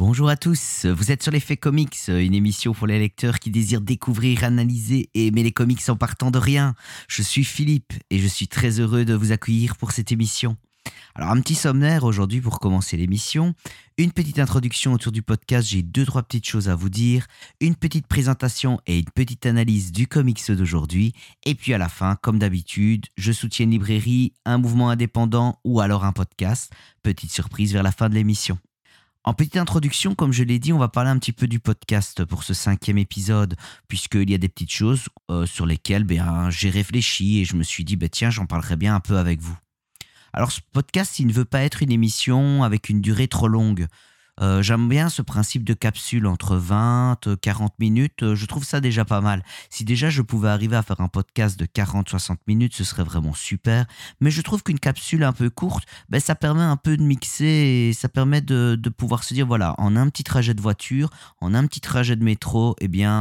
Bonjour à tous, vous êtes sur l'Effet Comics, une émission pour les lecteurs qui désirent découvrir, analyser et aimer les comics en partant de rien. Je suis Philippe et je suis très heureux de vous accueillir pour cette émission. Alors un petit sommaire aujourd'hui pour commencer l'émission, une petite introduction autour du podcast, j'ai 2-3 petites choses à vous dire, une petite présentation et une petite analyse du comics d'aujourd'hui, et puis à la fin, comme d'habitude, je soutiens une librairie, un mouvement indépendant ou alors un podcast, petite surprise vers la fin de l'émission. En petite introduction, comme je l'ai dit, on va parler un petit peu du podcast pour ce 5e épisode, puisqu'il y a des petites choses sur lesquelles j'ai réfléchi et je me suis dit, tiens, j'en parlerai bien un peu avec vous. Alors ce podcast, il ne veut pas être une émission avec une durée trop longue. J'aime bien ce principe de capsule entre 20 et 40 minutes, je trouve ça déjà pas mal. Si déjà je pouvais arriver à faire un podcast de 40-60 minutes, ce serait vraiment super. Mais je trouve qu'une capsule un peu courte, ça permet un peu de mixer et ça permet de pouvoir se dire, voilà, en un petit trajet de voiture, en un petit trajet de métro,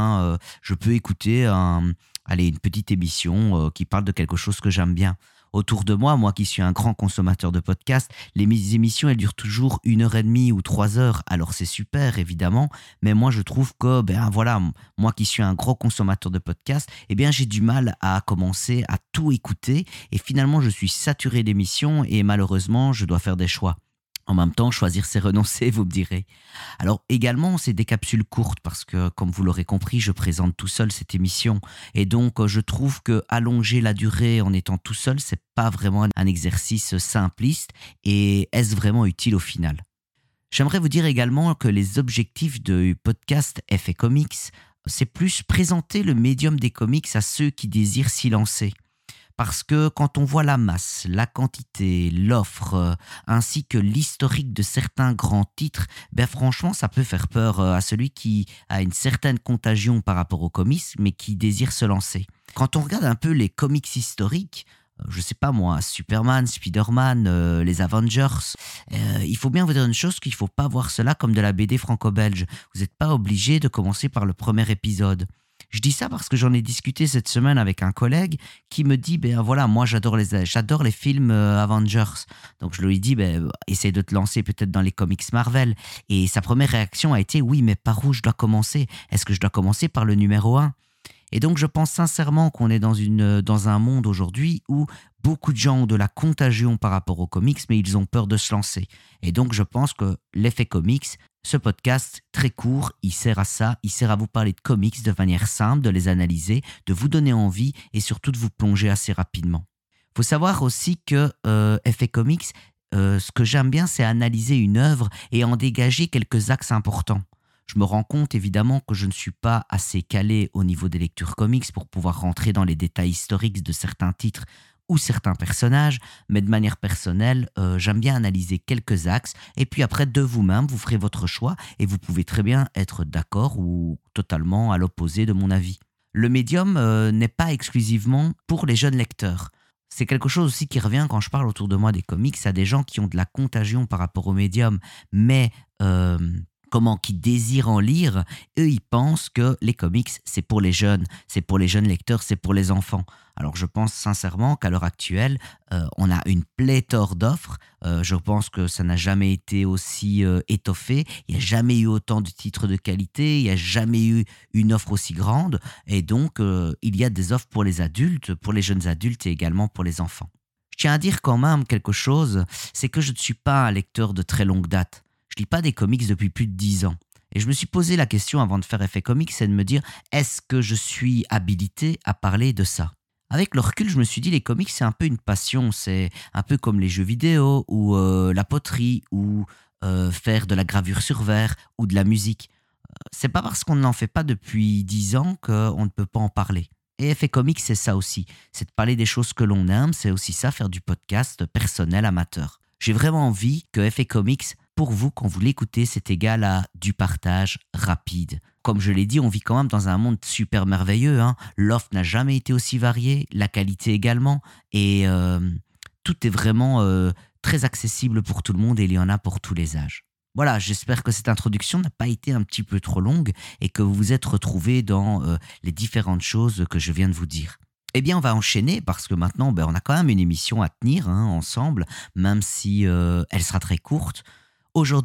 je peux écouter une petite émission qui parle de quelque chose que j'aime bien. Autour de moi qui suis un grand consommateur de podcasts, les émissions elles durent toujours 1h30 ou 3 heures. Alors c'est super évidemment, mais moi je trouve que moi qui suis un gros consommateur de podcasts, j'ai du mal à commencer à tout écouter et finalement je suis saturé d'émissions et malheureusement je dois faire des choix. En même temps, choisir c'est renoncer, vous me direz. Alors également, c'est des capsules courtes parce que, comme vous l'aurez compris, je présente tout seul cette émission. Et donc, je trouve que allonger la durée en étant tout seul, c'est pas vraiment un exercice simpliste. Et est-ce vraiment utile au final ? J'aimerais vous dire également que les objectifs du podcast Effet Comics, c'est plus présenter le médium des comics à ceux qui désirent s'y lancer. Parce que quand on voit la masse, la quantité, l'offre, ainsi que l'historique de certains grands titres, franchement, ça peut faire peur à celui qui a une certaine contagion par rapport aux comics, mais qui désire se lancer. Quand on regarde un peu les comics historiques, je sais pas moi, Superman, Spider-Man, les Avengers, il faut bien vous dire une chose, qu'il faut pas voir cela comme de la BD franco-belge. Vous n'êtes pas obligé de commencer par le premier épisode. Je dis ça parce que j'en ai discuté cette semaine avec un collègue qui me dit, moi j'adore les films Avengers. Donc je lui ai dit, essaye de te lancer peut-être dans les comics Marvel. Et sa première réaction a été, oui, mais par où je dois commencer ? Est-ce que je dois commencer par le numéro 1 ? Et donc je pense sincèrement qu'on est dans un monde aujourd'hui où beaucoup de gens ont de la contagion par rapport aux comics, mais ils ont peur de se lancer. Et donc je pense que l'Effet Comics, ce podcast très court, il sert à ça, il sert à vous parler de comics de manière simple, de les analyser, de vous donner envie et surtout de vous plonger assez rapidement. Il faut savoir aussi que Effet Comics, ce que j'aime bien, c'est analyser une œuvre et en dégager quelques axes importants. Je me rends compte évidemment que je ne suis pas assez calé au niveau des lectures comics pour pouvoir rentrer dans les détails historiques de certains titres ou certains personnages, mais de manière personnelle, j'aime bien analyser quelques axes et puis après de vous-même, vous ferez votre choix et vous pouvez très bien être d'accord ou totalement à l'opposé de mon avis. Le médium n'est pas exclusivement pour les jeunes lecteurs. C'est quelque chose aussi qui revient quand je parle autour de moi des comics à des gens qui ont de la contagion par rapport au médium, mais qui désirent en lire, eux ils pensent que les comics c'est pour les jeunes lecteurs, c'est pour les enfants. Alors je pense sincèrement qu'à l'heure actuelle, on a une pléthore d'offres, je pense que ça n'a jamais été aussi étoffé, il n'y a jamais eu autant de titres de qualité, il n'y a jamais eu une offre aussi grande, et donc il y a des offres pour les adultes, pour les jeunes adultes et également pour les enfants. Je tiens à dire quand même quelque chose, c'est que je ne suis pas un lecteur de très longue date. Je lis pas des comics depuis plus de 10 ans. Et je me suis posé la question avant de faire Effet Comics, c'est de me dire, est-ce que je suis habilité à parler de ça ? Avec le recul, je me suis dit, les comics, c'est un peu une passion. C'est un peu comme les jeux vidéo ou la poterie ou faire de la gravure sur verre ou de la musique. C'est pas parce qu'on n'en fait pas depuis 10 ans qu'on ne peut pas en parler. Et Effet Comics, c'est ça aussi. C'est de parler des choses que l'on aime, c'est aussi ça, faire du podcast personnel amateur. J'ai vraiment envie que Effet Comics, pour vous, quand vous l'écoutez, c'est égal à du partage rapide. Comme je l'ai dit, on vit quand même dans un monde super merveilleux. L'offre n'a jamais été aussi variée, la qualité également. Et tout est vraiment très accessible pour tout le monde et il y en a pour tous les âges. Voilà, j'espère que cette introduction n'a pas été un petit peu trop longue et que vous vous êtes retrouvés dans les différentes choses que je viens de vous dire. Eh bien, on va enchaîner parce que maintenant, on a quand même une émission à tenir ensemble, même si elle sera très courte. Aujourd'hui,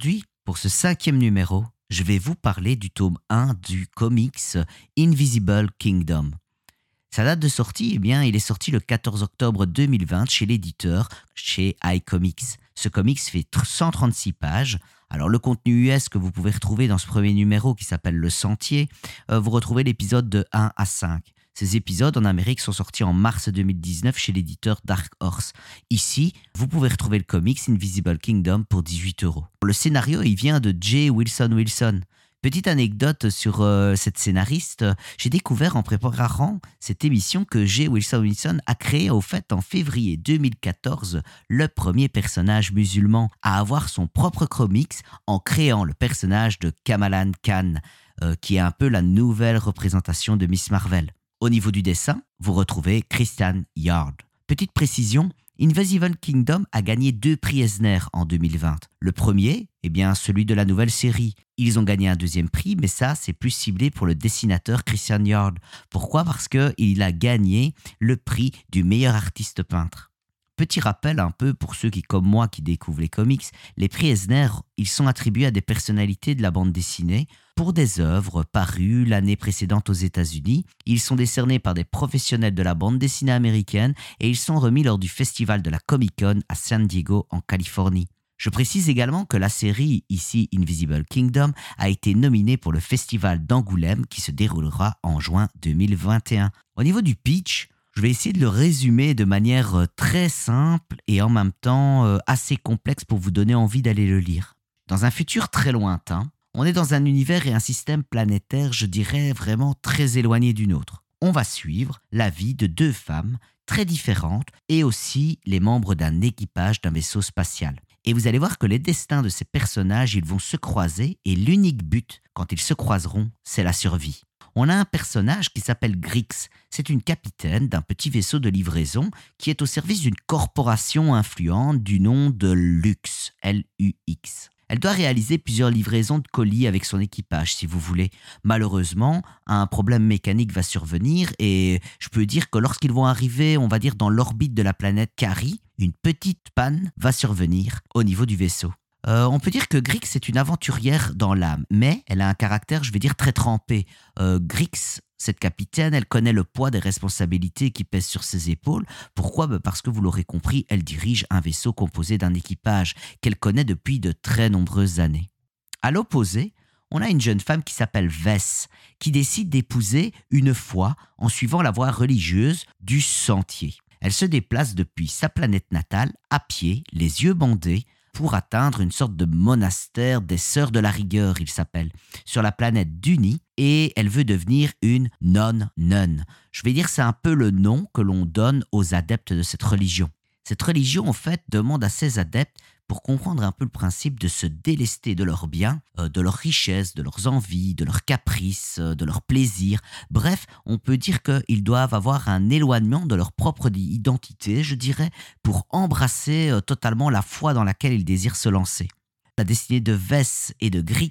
Pour ce 5e numéro, je vais vous parler du tome 1 du comics Invisible Kingdom. Sa date de sortie, il est sorti le 14 octobre 2020 chez l'éditeur, chez iComics. Ce comics fait 136 pages. Alors le contenu US que vous pouvez retrouver dans ce premier numéro qui s'appelle Le Sentier, vous retrouvez l'épisode de 1 à 5. Ces épisodes en Amérique sont sortis en mars 2019 chez l'éditeur Dark Horse. Ici, vous pouvez retrouver le comics Invisible Kingdom pour 18€. Le scénario, il vient de J. Wilson. Petite anecdote sur cette scénariste, j'ai découvert en préparant cette émission que J. Wilson a créé au fait en février 2014 le premier personnage musulman à avoir son propre comics en créant le personnage de Kamala Khan, qui est un peu la nouvelle représentation de Miss Marvel. Au niveau du dessin, vous retrouvez Christian Yard. Petite précision, Invisible Kingdom a gagné 2 prix Eisner en 2020. Le premier, celui de la nouvelle série. Ils ont gagné un 2e prix, mais ça, c'est plus ciblé pour le dessinateur Christian Yard. Pourquoi ? Parce qu'il a gagné le prix du meilleur artiste peintre. Petit rappel un peu pour ceux qui, comme moi, qui découvrent les comics, les prix Eisner, ils sont attribués à des personnalités de la bande dessinée pour des œuvres parues l'année précédente aux États-Unis. Ils sont décernés par des professionnels de la bande dessinée américaine et ils sont remis lors du festival de la Comic-Con à San Diego en Californie. Je précise également que la série, ici Invisible Kingdom, a été nominée pour le festival d'Angoulême qui se déroulera en juin 2021. Au niveau du pitch, je vais essayer de le résumer de manière très simple et en même temps assez complexe pour vous donner envie d'aller le lire. Dans un futur très lointain, on est dans un univers et un système planétaire, je dirais, vraiment très éloigné du nôtre. On va suivre la vie de 2 femmes très différentes et aussi les membres d'un équipage d'un vaisseau spatial. Et vous allez voir que les destins de ces personnages, ils vont se croiser et l'unique but, quand ils se croiseront, c'est la survie. On a un personnage qui s'appelle Grix. C'est une capitaine d'un petit vaisseau de livraison qui est au service d'une corporation influente du nom de Lux, L-U-X. Elle doit réaliser plusieurs livraisons de colis avec son équipage, si vous voulez. Malheureusement, un problème mécanique va survenir et je peux dire que lorsqu'ils vont arriver, on va dire, dans l'orbite de la planète Kari, une petite panne va survenir au niveau du vaisseau. On peut dire que Grix est une aventurière dans l'âme, mais elle a un caractère, je vais dire, très trempé. Grix, cette capitaine, elle connaît le poids des responsabilités qui pèsent sur ses épaules. Pourquoi ? Parce que vous l'aurez compris, elle dirige un vaisseau composé d'un équipage qu'elle connaît depuis de très nombreuses années. À l'opposé, on a une jeune femme qui s'appelle Vess, qui décide d'épouser une foi en suivant la voie religieuse du Sentier. Elle se déplace depuis sa planète natale, à pied, les yeux bandés, pour atteindre une sorte de monastère des Sœurs de la Rigueur, il s'appelle, sur la planète Duni, et elle veut devenir une non-nun. Je vais dire c'est un peu le nom que l'on donne aux adeptes de cette religion. Cette religion, en fait, demande à ses adeptes, pour comprendre un peu le principe, de se délester de leurs biens, de leurs richesses, de leurs envies, de leurs caprices, de leurs plaisirs. Bref, on peut dire qu'ils doivent avoir un éloignement de leur propre identité, je dirais, pour embrasser totalement la foi dans laquelle ils désirent se lancer. La destinée de Vess et de Grix,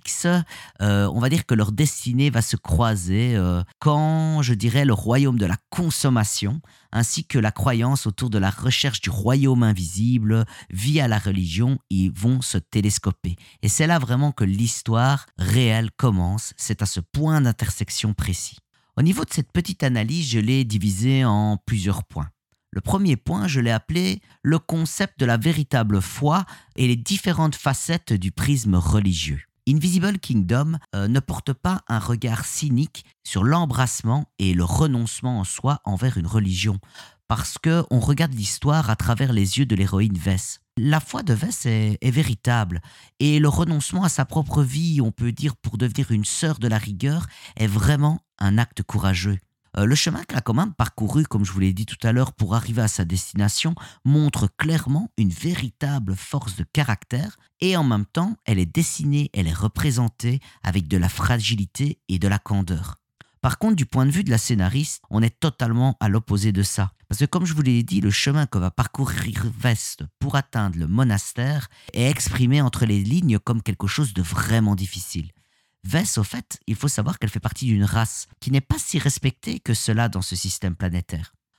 on va dire que leur destinée va se croiser quand, je dirais, le royaume de la consommation, ainsi que la croyance autour de la recherche du royaume invisible via la religion, ils vont se télescoper. Et c'est là vraiment que l'histoire réelle commence, c'est à ce point d'intersection précis. Au niveau de cette petite analyse, je l'ai divisée en plusieurs points. Le premier point, je l'ai appelé le concept de la véritable foi et les différentes facettes du prisme religieux. Invisible Kingdom ne porte pas un regard cynique sur l'embrassement et le renoncement en soi envers une religion, parce qu'on regarde l'histoire à travers les yeux de l'héroïne Vess. La foi de Vess est véritable, et le renoncement à sa propre vie, on peut dire pour devenir une sœur de la rigueur, est vraiment un acte courageux. Le chemin qu'elle a quand même parcouru, comme je vous l'ai dit tout à l'heure, pour arriver à sa destination, montre clairement une véritable force de caractère et en même temps, elle est dessinée, elle est représentée avec de la fragilité et de la candeur. Par contre, du point de vue de la scénariste, on est totalement à l'opposé de ça. Parce que comme je vous l'ai dit, le chemin que va parcourir Vess pour atteindre le monastère est exprimé entre les lignes comme quelque chose de vraiment difficile. Vess, au fait, il faut savoir qu'elle fait partie d'une race qui n'est pas si respectée que cela dans ce système planétaire.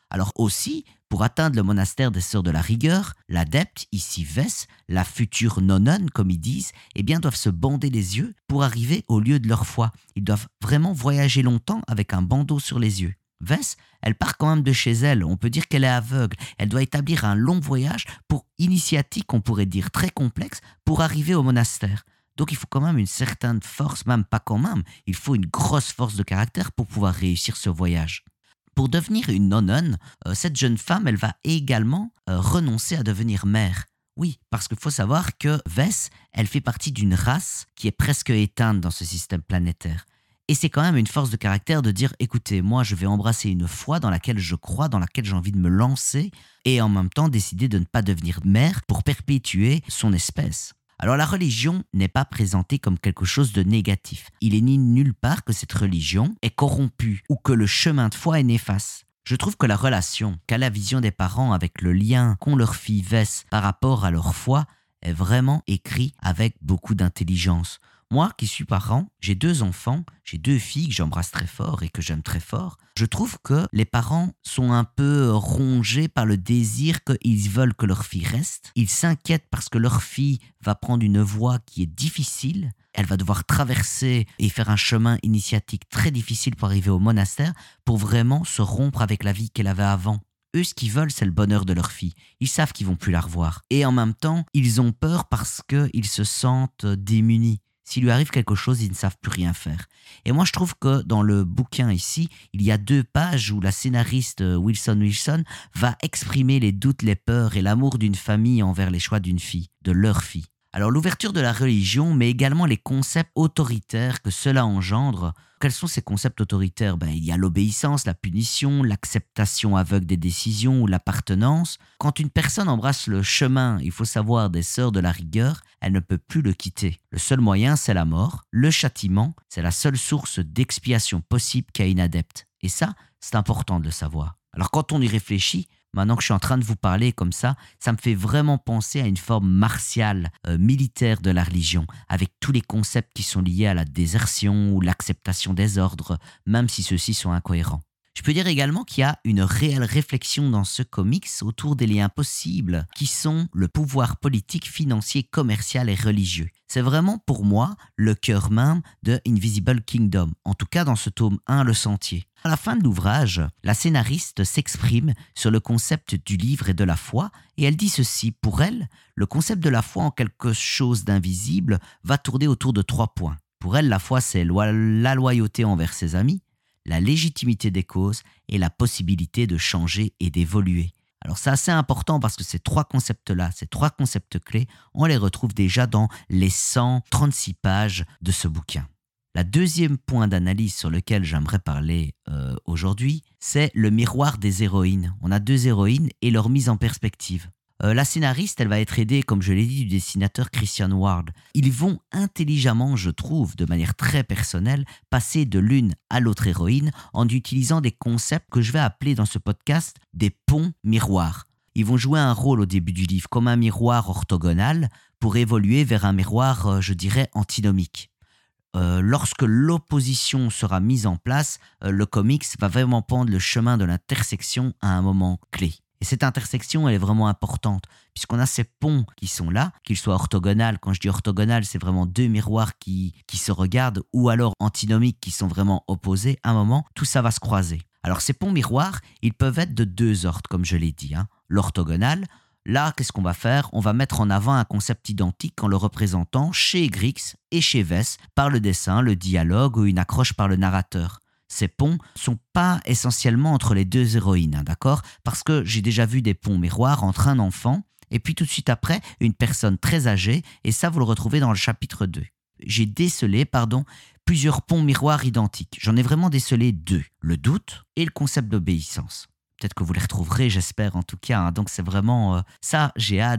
Alors aussi, pour atteindre le monastère des Sœurs de la Rigueur, l'adepte, ici Vess, la future nonne comme ils disent, eh bien doivent se bander les yeux pour arriver au lieu de leur foi. Ils doivent vraiment voyager longtemps avec un bandeau sur les yeux. Vess, elle part quand même de chez elle, on peut dire qu'elle est aveugle. Elle doit établir un long voyage initiatique, on pourrait dire très complexe, pour arriver au monastère. Donc il faut quand même une certaine force, même pas quand même, il faut une grosse force de caractère pour pouvoir réussir ce voyage. Pour devenir une nonne, cette jeune femme, elle va également renoncer à devenir mère. Oui, parce qu'il faut savoir que Vess, elle fait partie d'une race qui est presque éteinte dans ce système planétaire. Et c'est quand même une force de caractère de dire, écoutez, moi je vais embrasser une foi dans laquelle je crois, dans laquelle j'ai envie de me lancer, et en même temps décider de ne pas devenir mère pour perpétuer son espèce. Alors la religion n'est pas présentée comme quelque chose de négatif. Il est ni nulle part que cette religion est corrompue ou que le chemin de foi est néfaste. Je trouve que la relation qu'a la vision des parents avec le lien qu'ont leur fille Vess par rapport à leur foi est vraiment écrit avec beaucoup d'intelligence. Moi qui suis parent, j'ai 2 enfants, j'ai 2 filles que j'embrasse très fort et que j'aime très fort. Je trouve que les parents sont un peu rongés par le désir qu'ils veulent que leur fille reste. Ils s'inquiètent parce que leur fille va prendre une voie qui est difficile. Elle va devoir traverser et faire un chemin initiatique très difficile pour arriver au monastère pour vraiment se rompre avec la vie qu'elle avait avant. Eux, ce qu'ils veulent, c'est le bonheur de leur fille. Ils savent qu'ils vont plus la revoir. Et en même temps, ils ont peur parce qu'ils se sentent démunis. S'il lui arrive quelque chose, ils ne savent plus rien faire. Et moi, je trouve que dans le bouquin ici, il y a 2 pages où la scénariste Wilson va exprimer les doutes, les peurs et l'amour d'une famille envers les choix d'une fille, de leur fille. Alors l'ouverture de la religion, mais également les concepts autoritaires que cela engendre. Quels sont ces concepts autoritaires ? Il y a l'obéissance, la punition, l'acceptation aveugle des décisions ou l'appartenance. Quand une personne embrasse le chemin, il faut savoir, des Sœurs de la Rigueur, elle ne peut plus le quitter. Le seul moyen, c'est la mort. Le châtiment, c'est la seule source d'expiation possible qu'a une adepte. Et ça, c'est important de le savoir. Alors quand on y réfléchit, maintenant que je suis en train de vous parler comme ça me fait vraiment penser à une forme martiale, militaire de la religion, avec tous les concepts qui sont liés à la désertion ou l'acceptation des ordres, même si ceux-ci sont incohérents. Je peux dire également qu'il y a une réelle réflexion dans ce comics autour des liens possibles qui sont le pouvoir politique, financier, commercial et religieux. C'est vraiment pour moi le cœur même de Invisible Kingdom, en tout cas dans ce tome 1, Le Sentier. À la fin de l'ouvrage, la scénariste s'exprime sur le concept du livre et de la foi et elle dit ceci. Pour elle, le concept de la foi en quelque chose d'invisible va tourner autour de 3 points. Pour elle, la foi, c'est la loyauté envers ses amis, la légitimité des causes et la possibilité de changer et d'évoluer. Alors c'est assez important parce que ces 3 concepts-là, ces 3 concepts clés, on les retrouve déjà dans les 136 pages de ce bouquin. La deuxième point d'analyse sur lequel j'aimerais parler aujourd'hui, c'est le miroir des héroïnes. On a 2 héroïnes et leur mise en perspective. La scénariste, elle va être aidée, comme je l'ai dit, du dessinateur Christian Ward. Ils vont intelligemment, je trouve, de manière très personnelle, passer de l'une à l'autre héroïne en utilisant des concepts que je vais appeler dans ce podcast des ponts miroirs. Ils vont jouer un rôle au début du livre comme un miroir orthogonal pour évoluer vers un miroir, je dirais, antinomique. Lorsque l'opposition sera mise en place, le comics va vraiment prendre le chemin de l'intersection à un moment clé. Et cette intersection, elle est vraiment importante, puisqu'on a ces ponts qui sont là, qu'ils soient orthogonales. Quand je dis orthogonales, c'est vraiment 2 miroirs qui se regardent, ou alors antinomiques qui sont vraiment opposés. À un moment, tout ça va se croiser. Alors ces ponts miroirs, ils peuvent être de 2 ordres, comme je l'ai dit. L'orthogonal, là, qu'est-ce qu'on va faire ? On va mettre en avant un concept identique en le représentant chez Grix et chez Vess par le dessin, le dialogue ou une accroche par le narrateur. Ces ponts ne sont pas essentiellement entre les 2 héroïnes, d'accord ? Parce que j'ai déjà vu des ponts miroirs entre un enfant et puis tout de suite après, une personne très âgée, et ça vous le retrouvez dans le chapitre 2. J'ai décelé, plusieurs ponts miroirs identiques. J'en ai vraiment décelé 2, le doute et le concept d'obéissance. Peut-être que vous les retrouverez, j'espère en tout cas. Donc c'est vraiment ça, j'ai hâte.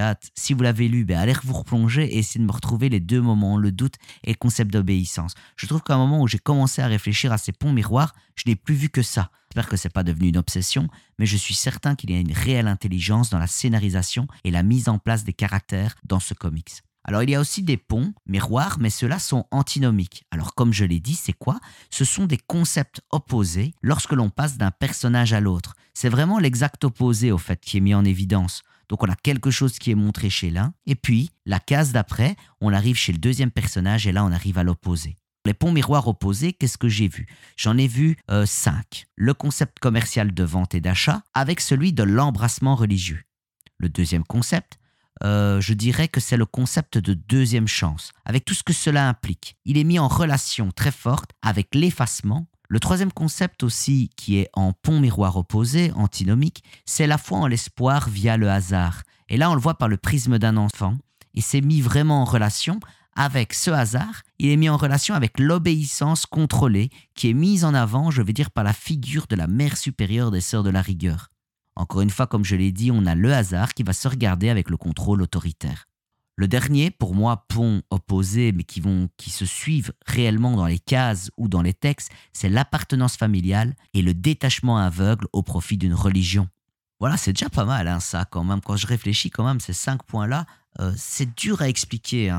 Si vous l'avez lu, allez vous replonger et essayez de me retrouver les 2 moments, le doute et le concept d'obéissance. Je trouve qu'à un moment où j'ai commencé à réfléchir à ces ponts miroirs, je n'ai plus vu que ça. J'espère que ce n'est pas devenu une obsession, mais je suis certain qu'il y a une réelle intelligence dans la scénarisation et la mise en place des caractères dans ce comics. Alors il y a aussi des ponts, miroirs, mais ceux-là sont antinomiques. Alors comme je l'ai dit, c'est quoi? Ce sont des concepts opposés lorsque l'on passe d'un personnage à l'autre. C'est vraiment l'exact opposé au fait qui est mis en évidence. Donc on a quelque chose qui est montré chez l'un, et puis la case d'après, on arrive chez le deuxième personnage, et là on arrive à l'opposé. Les ponts miroirs opposés, qu'est-ce que j'ai vu? J'en ai vu 5. Le concept commercial de vente et d'achat avec celui de l'embrassement religieux. Le deuxième concept, je dirais que c'est le concept de deuxième chance, avec tout ce que cela implique. Il est mis en relation très forte avec l'effacement. Le troisième concept aussi, qui est en pont miroir opposé, antinomique, c'est la foi en l'espoir via le hasard. Et là, on le voit par le prisme d'un enfant, et c'est mis vraiment en relation avec ce hasard. Il est mis en relation avec l'obéissance contrôlée, qui est mise en avant, je vais dire, par la figure de la mère supérieure des Sœurs de la Rigueur. Encore une fois, comme je l'ai dit, on a le hasard qui va se regarder avec le contrôle autoritaire. Le dernier, pour moi, pont opposé, mais qui se suivent réellement dans les cases ou dans les textes, c'est l'appartenance familiale et le détachement aveugle au profit d'une religion. Voilà, c'est déjà pas mal, hein, ça, quand même. Quand je réfléchis, quand même, ces 5 points-là, c'est dur à expliquer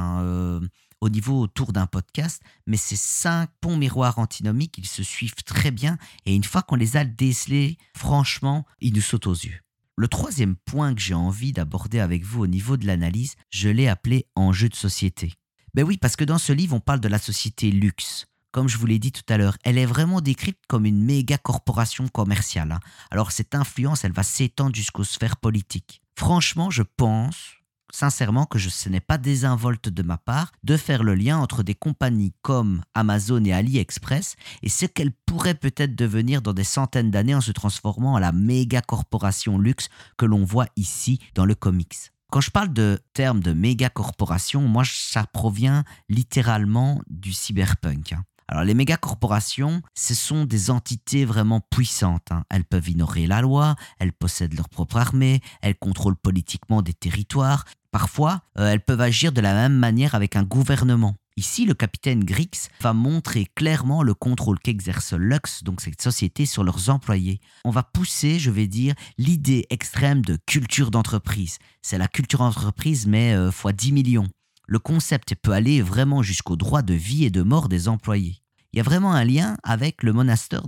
au niveau autour d'un podcast, mais ces 5 ponts miroirs antinomiques, ils se suivent très bien, et une fois qu'on les a décelés, franchement, ils nous sautent aux yeux. Le troisième point que j'ai envie d'aborder avec vous au niveau de l'analyse, je l'ai appelé enjeu de société. Ben oui, parce que dans ce livre, on parle de la société luxe. Comme je vous l'ai dit tout à l'heure, elle est vraiment décrite comme une méga corporation commerciale, hein. Alors cette influence, elle va s'étendre jusqu'aux sphères politiques. Franchement, je pense sincèrement que ce n'est pas désinvolte de ma part de faire le lien entre des compagnies comme Amazon et AliExpress et ce qu'elles pourraient peut-être devenir dans des centaines d'années en se transformant en la méga corporation luxe que l'on voit ici dans le comics. Quand je parle de terme de méga corporation, moi ça provient littéralement du cyberpunk, hein. Alors les méga-corporations, ce sont des entités vraiment puissantes, hein. Elles peuvent ignorer la loi, elles possèdent leur propre armée, elles contrôlent politiquement des territoires. Parfois, elles peuvent agir de la même manière avec un gouvernement. Ici, le capitaine Grix va montrer clairement le contrôle qu'exerce Lux, donc cette société, sur leurs employés. On va pousser, je vais dire, l'idée extrême de culture d'entreprise. C'est la culture d'entreprise, mais fois 10 millions. Le concept peut aller vraiment jusqu'au droit de vie et de mort des employés. Il y a vraiment un lien avec le monastère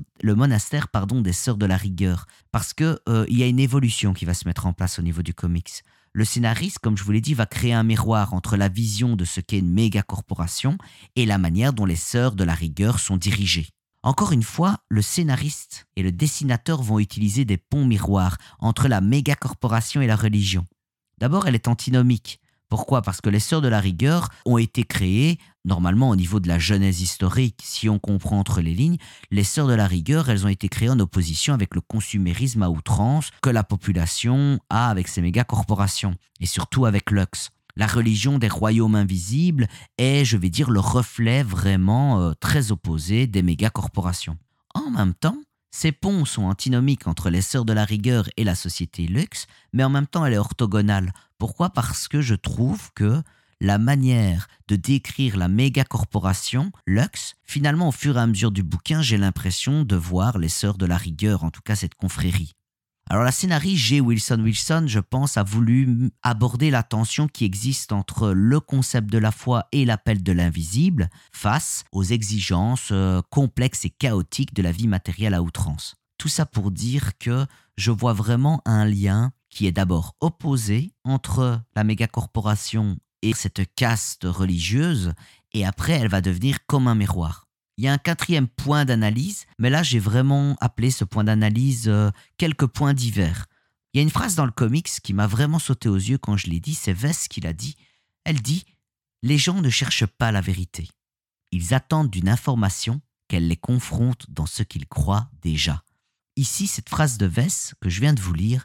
des Sœurs de la Rigueur, parce que il y a une évolution qui va se mettre en place au niveau du comics. Le scénariste, comme je vous l'ai dit, va créer un miroir entre la vision de ce qu'est une méga corporation et la manière dont les Sœurs de la Rigueur sont dirigées. Encore une fois, le scénariste et le dessinateur vont utiliser des ponts miroirs entre la méga corporation et la religion. D'abord, elle est antinomique. Pourquoi? Parce que les Sœurs de la Rigueur ont été créées, normalement au niveau de la genèse historique, si on comprend entre les lignes, les Sœurs de la Rigueur, elles ont été créées en opposition avec le consumérisme à outrance que la population a avec ces méga-corporations, et surtout avec Lux. La religion des royaumes invisibles est, je vais dire, le reflet vraiment très opposé des méga-corporations. En même temps, ces ponts sont antinomiques entre les Sœurs de la Rigueur et la société Lux, mais en même temps elle est orthogonale. Pourquoi? Parce que je trouve que la manière de décrire la méga corporation Lux, finalement au fur et à mesure du bouquin, j'ai l'impression de voir les Sœurs de la Rigueur, en tout cas cette confrérie. Alors la scénariste G. Wilson, je pense, a voulu aborder la tension qui existe entre le concept de la foi et l'appel de l'invisible face aux exigences complexes et chaotiques de la vie matérielle à outrance. Tout ça pour dire que je vois vraiment un lien qui est d'abord opposé entre la mégacorporation et cette caste religieuse, et après elle va devenir comme un miroir. Il y a un 4e point d'analyse, mais là j'ai vraiment appelé ce point d'analyse quelques points divers. Il y a une phrase dans le comics qui m'a vraiment sauté aux yeux quand je l'ai dit, c'est Vess qui l'a dit. Elle dit « Les gens ne cherchent pas la vérité. Ils attendent d'une information qu'elle les confronte dans ce qu'ils croient déjà. » Ici, cette phrase de Vess que je viens de vous lire,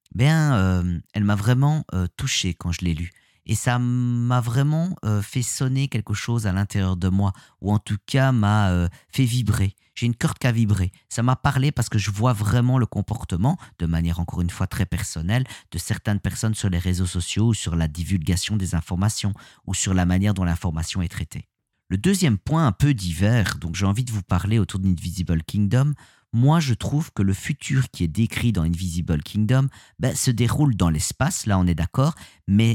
elle m'a vraiment touché quand je l'ai lue. Et ça m'a vraiment fait sonner quelque chose à l'intérieur de moi, ou en tout cas m'a fait vibrer. J'ai une corde qui a vibré. Ça m'a parlé parce que je vois vraiment le comportement, de manière encore une fois très personnelle, de certaines personnes sur les réseaux sociaux, ou sur la divulgation des informations, ou sur la manière dont l'information est traitée. Le 2e point un peu divers, donc j'ai envie de vous parler autour d'Invisible Kingdom. Moi, je trouve que le futur qui est décrit dans Invisible Kingdom se déroule dans l'espace, là on est d'accord, mais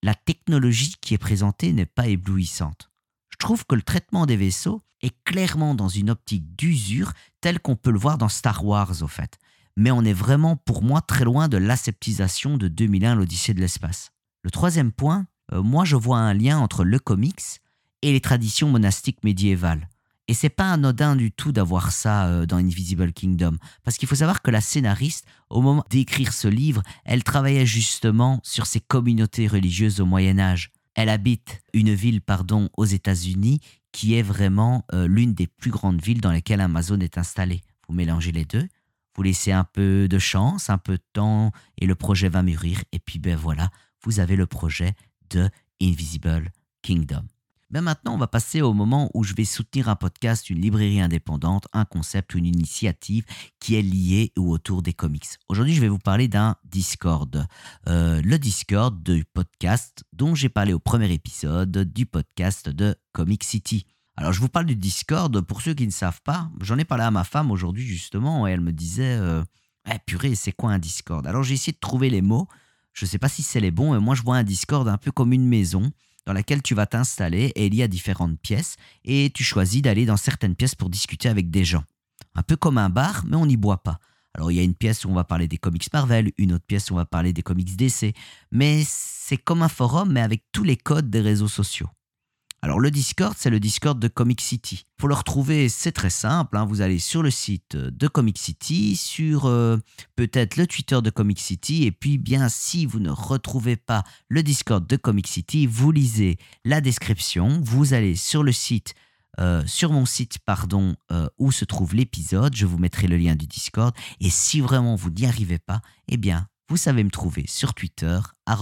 la technologie qui est présentée n'est pas éblouissante. Je trouve que le traitement des vaisseaux est clairement dans une optique d'usure telle qu'on peut le voir dans Star Wars au fait. Mais on est vraiment pour moi très loin de l'aseptisation de 2001 l'Odyssée de l'espace. Le troisième point, moi je vois un lien entre le comics et les traditions monastiques médiévales. Et c'est pas anodin du tout d'avoir ça dans Invisible Kingdom. Parce qu'il faut savoir que la scénariste, au moment d'écrire ce livre, elle travaillait justement sur ces communautés religieuses au Moyen-Âge. Elle habite une ville, aux États-Unis, qui est vraiment l'une des plus grandes villes dans lesquelles Amazon est installée. Vous mélangez les deux, vous laissez un peu de chance, un peu de temps, et le projet va mûrir. Et puis voilà, vous avez le projet de Invisible Kingdom. Ben maintenant, on va passer au moment où je vais soutenir un podcast, une librairie indépendante, un concept ou une initiative qui est liée ou autour des comics. Aujourd'hui, je vais vous parler d'un Discord. Le Discord du podcast dont j'ai parlé au premier épisode du podcast de Comic City. Alors, je vous parle du Discord. Pour ceux qui ne savent pas, j'en ai parlé à ma femme aujourd'hui justement et elle me disait purée, c'est quoi un Discord ?» Alors, j'ai essayé de trouver les mots. Je ne sais pas si c'est les bons, mais moi, je vois un Discord un peu comme une maison dans laquelle tu vas t'installer et il y a différentes pièces et tu choisis d'aller dans certaines pièces pour discuter avec des gens. Un peu comme un bar, mais on n'y boit pas. Alors il y a une pièce où on va parler des comics Marvel, une autre pièce où on va parler des comics DC, mais c'est comme un forum mais avec tous les codes des réseaux sociaux. Alors le Discord, c'est le Discord de Comic City. Pour le retrouver, c'est très simple. Vous allez sur le site de Comic City, sur peut-être le Twitter de Comic City. Et puis bien, si vous ne retrouvez pas le Discord de Comic City, vous lisez la description. Vous allez sur le site, sur mon site, où se trouve l'épisode. Je vous mettrai le lien du Discord. Et si vraiment vous n'y arrivez pas, eh bien, vous savez me trouver sur Twitter,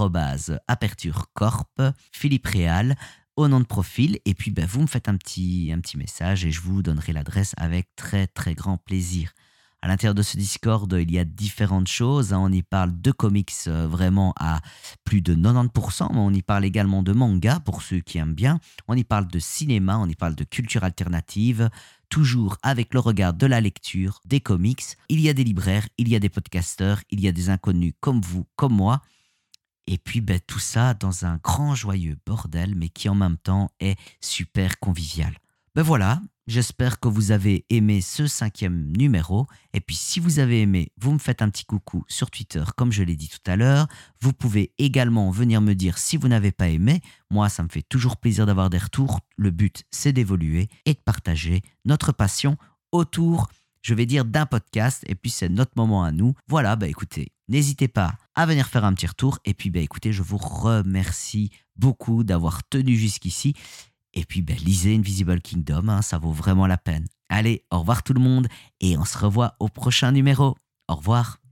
@ApertureCorp, Philippe Réal, au nom de profil, et puis vous me faites un petit message et je vous donnerai l'adresse avec très très grand plaisir. À l'intérieur de ce Discord, il y a différentes choses. On y parle de comics vraiment à plus de 90%, mais on y parle également de manga pour ceux qui aiment bien. On y parle de cinéma, on y parle de culture alternative, toujours avec le regard de la lecture, des comics. Il y a des libraires, il y a des podcasteurs, il y a des inconnus comme vous, comme moi. Et puis tout ça dans un grand joyeux bordel, mais qui en même temps est super convivial. Voilà, j'espère que vous avez aimé ce 5e numéro. Et puis si vous avez aimé, vous me faites un petit coucou sur Twitter, comme je l'ai dit tout à l'heure. Vous pouvez également venir me dire si vous n'avez pas aimé. Moi, ça me fait toujours plaisir d'avoir des retours. Le but, c'est d'évoluer et de partager notre passion autour, je vais dire, d'un podcast, et puis c'est notre moment à nous. Voilà, écoutez, n'hésitez pas à venir faire un petit retour, et puis écoutez, je vous remercie beaucoup d'avoir tenu jusqu'ici, et puis lisez Invisible Kingdom, ça vaut vraiment la peine. Allez, au revoir tout le monde, et on se revoit au prochain numéro. Au revoir.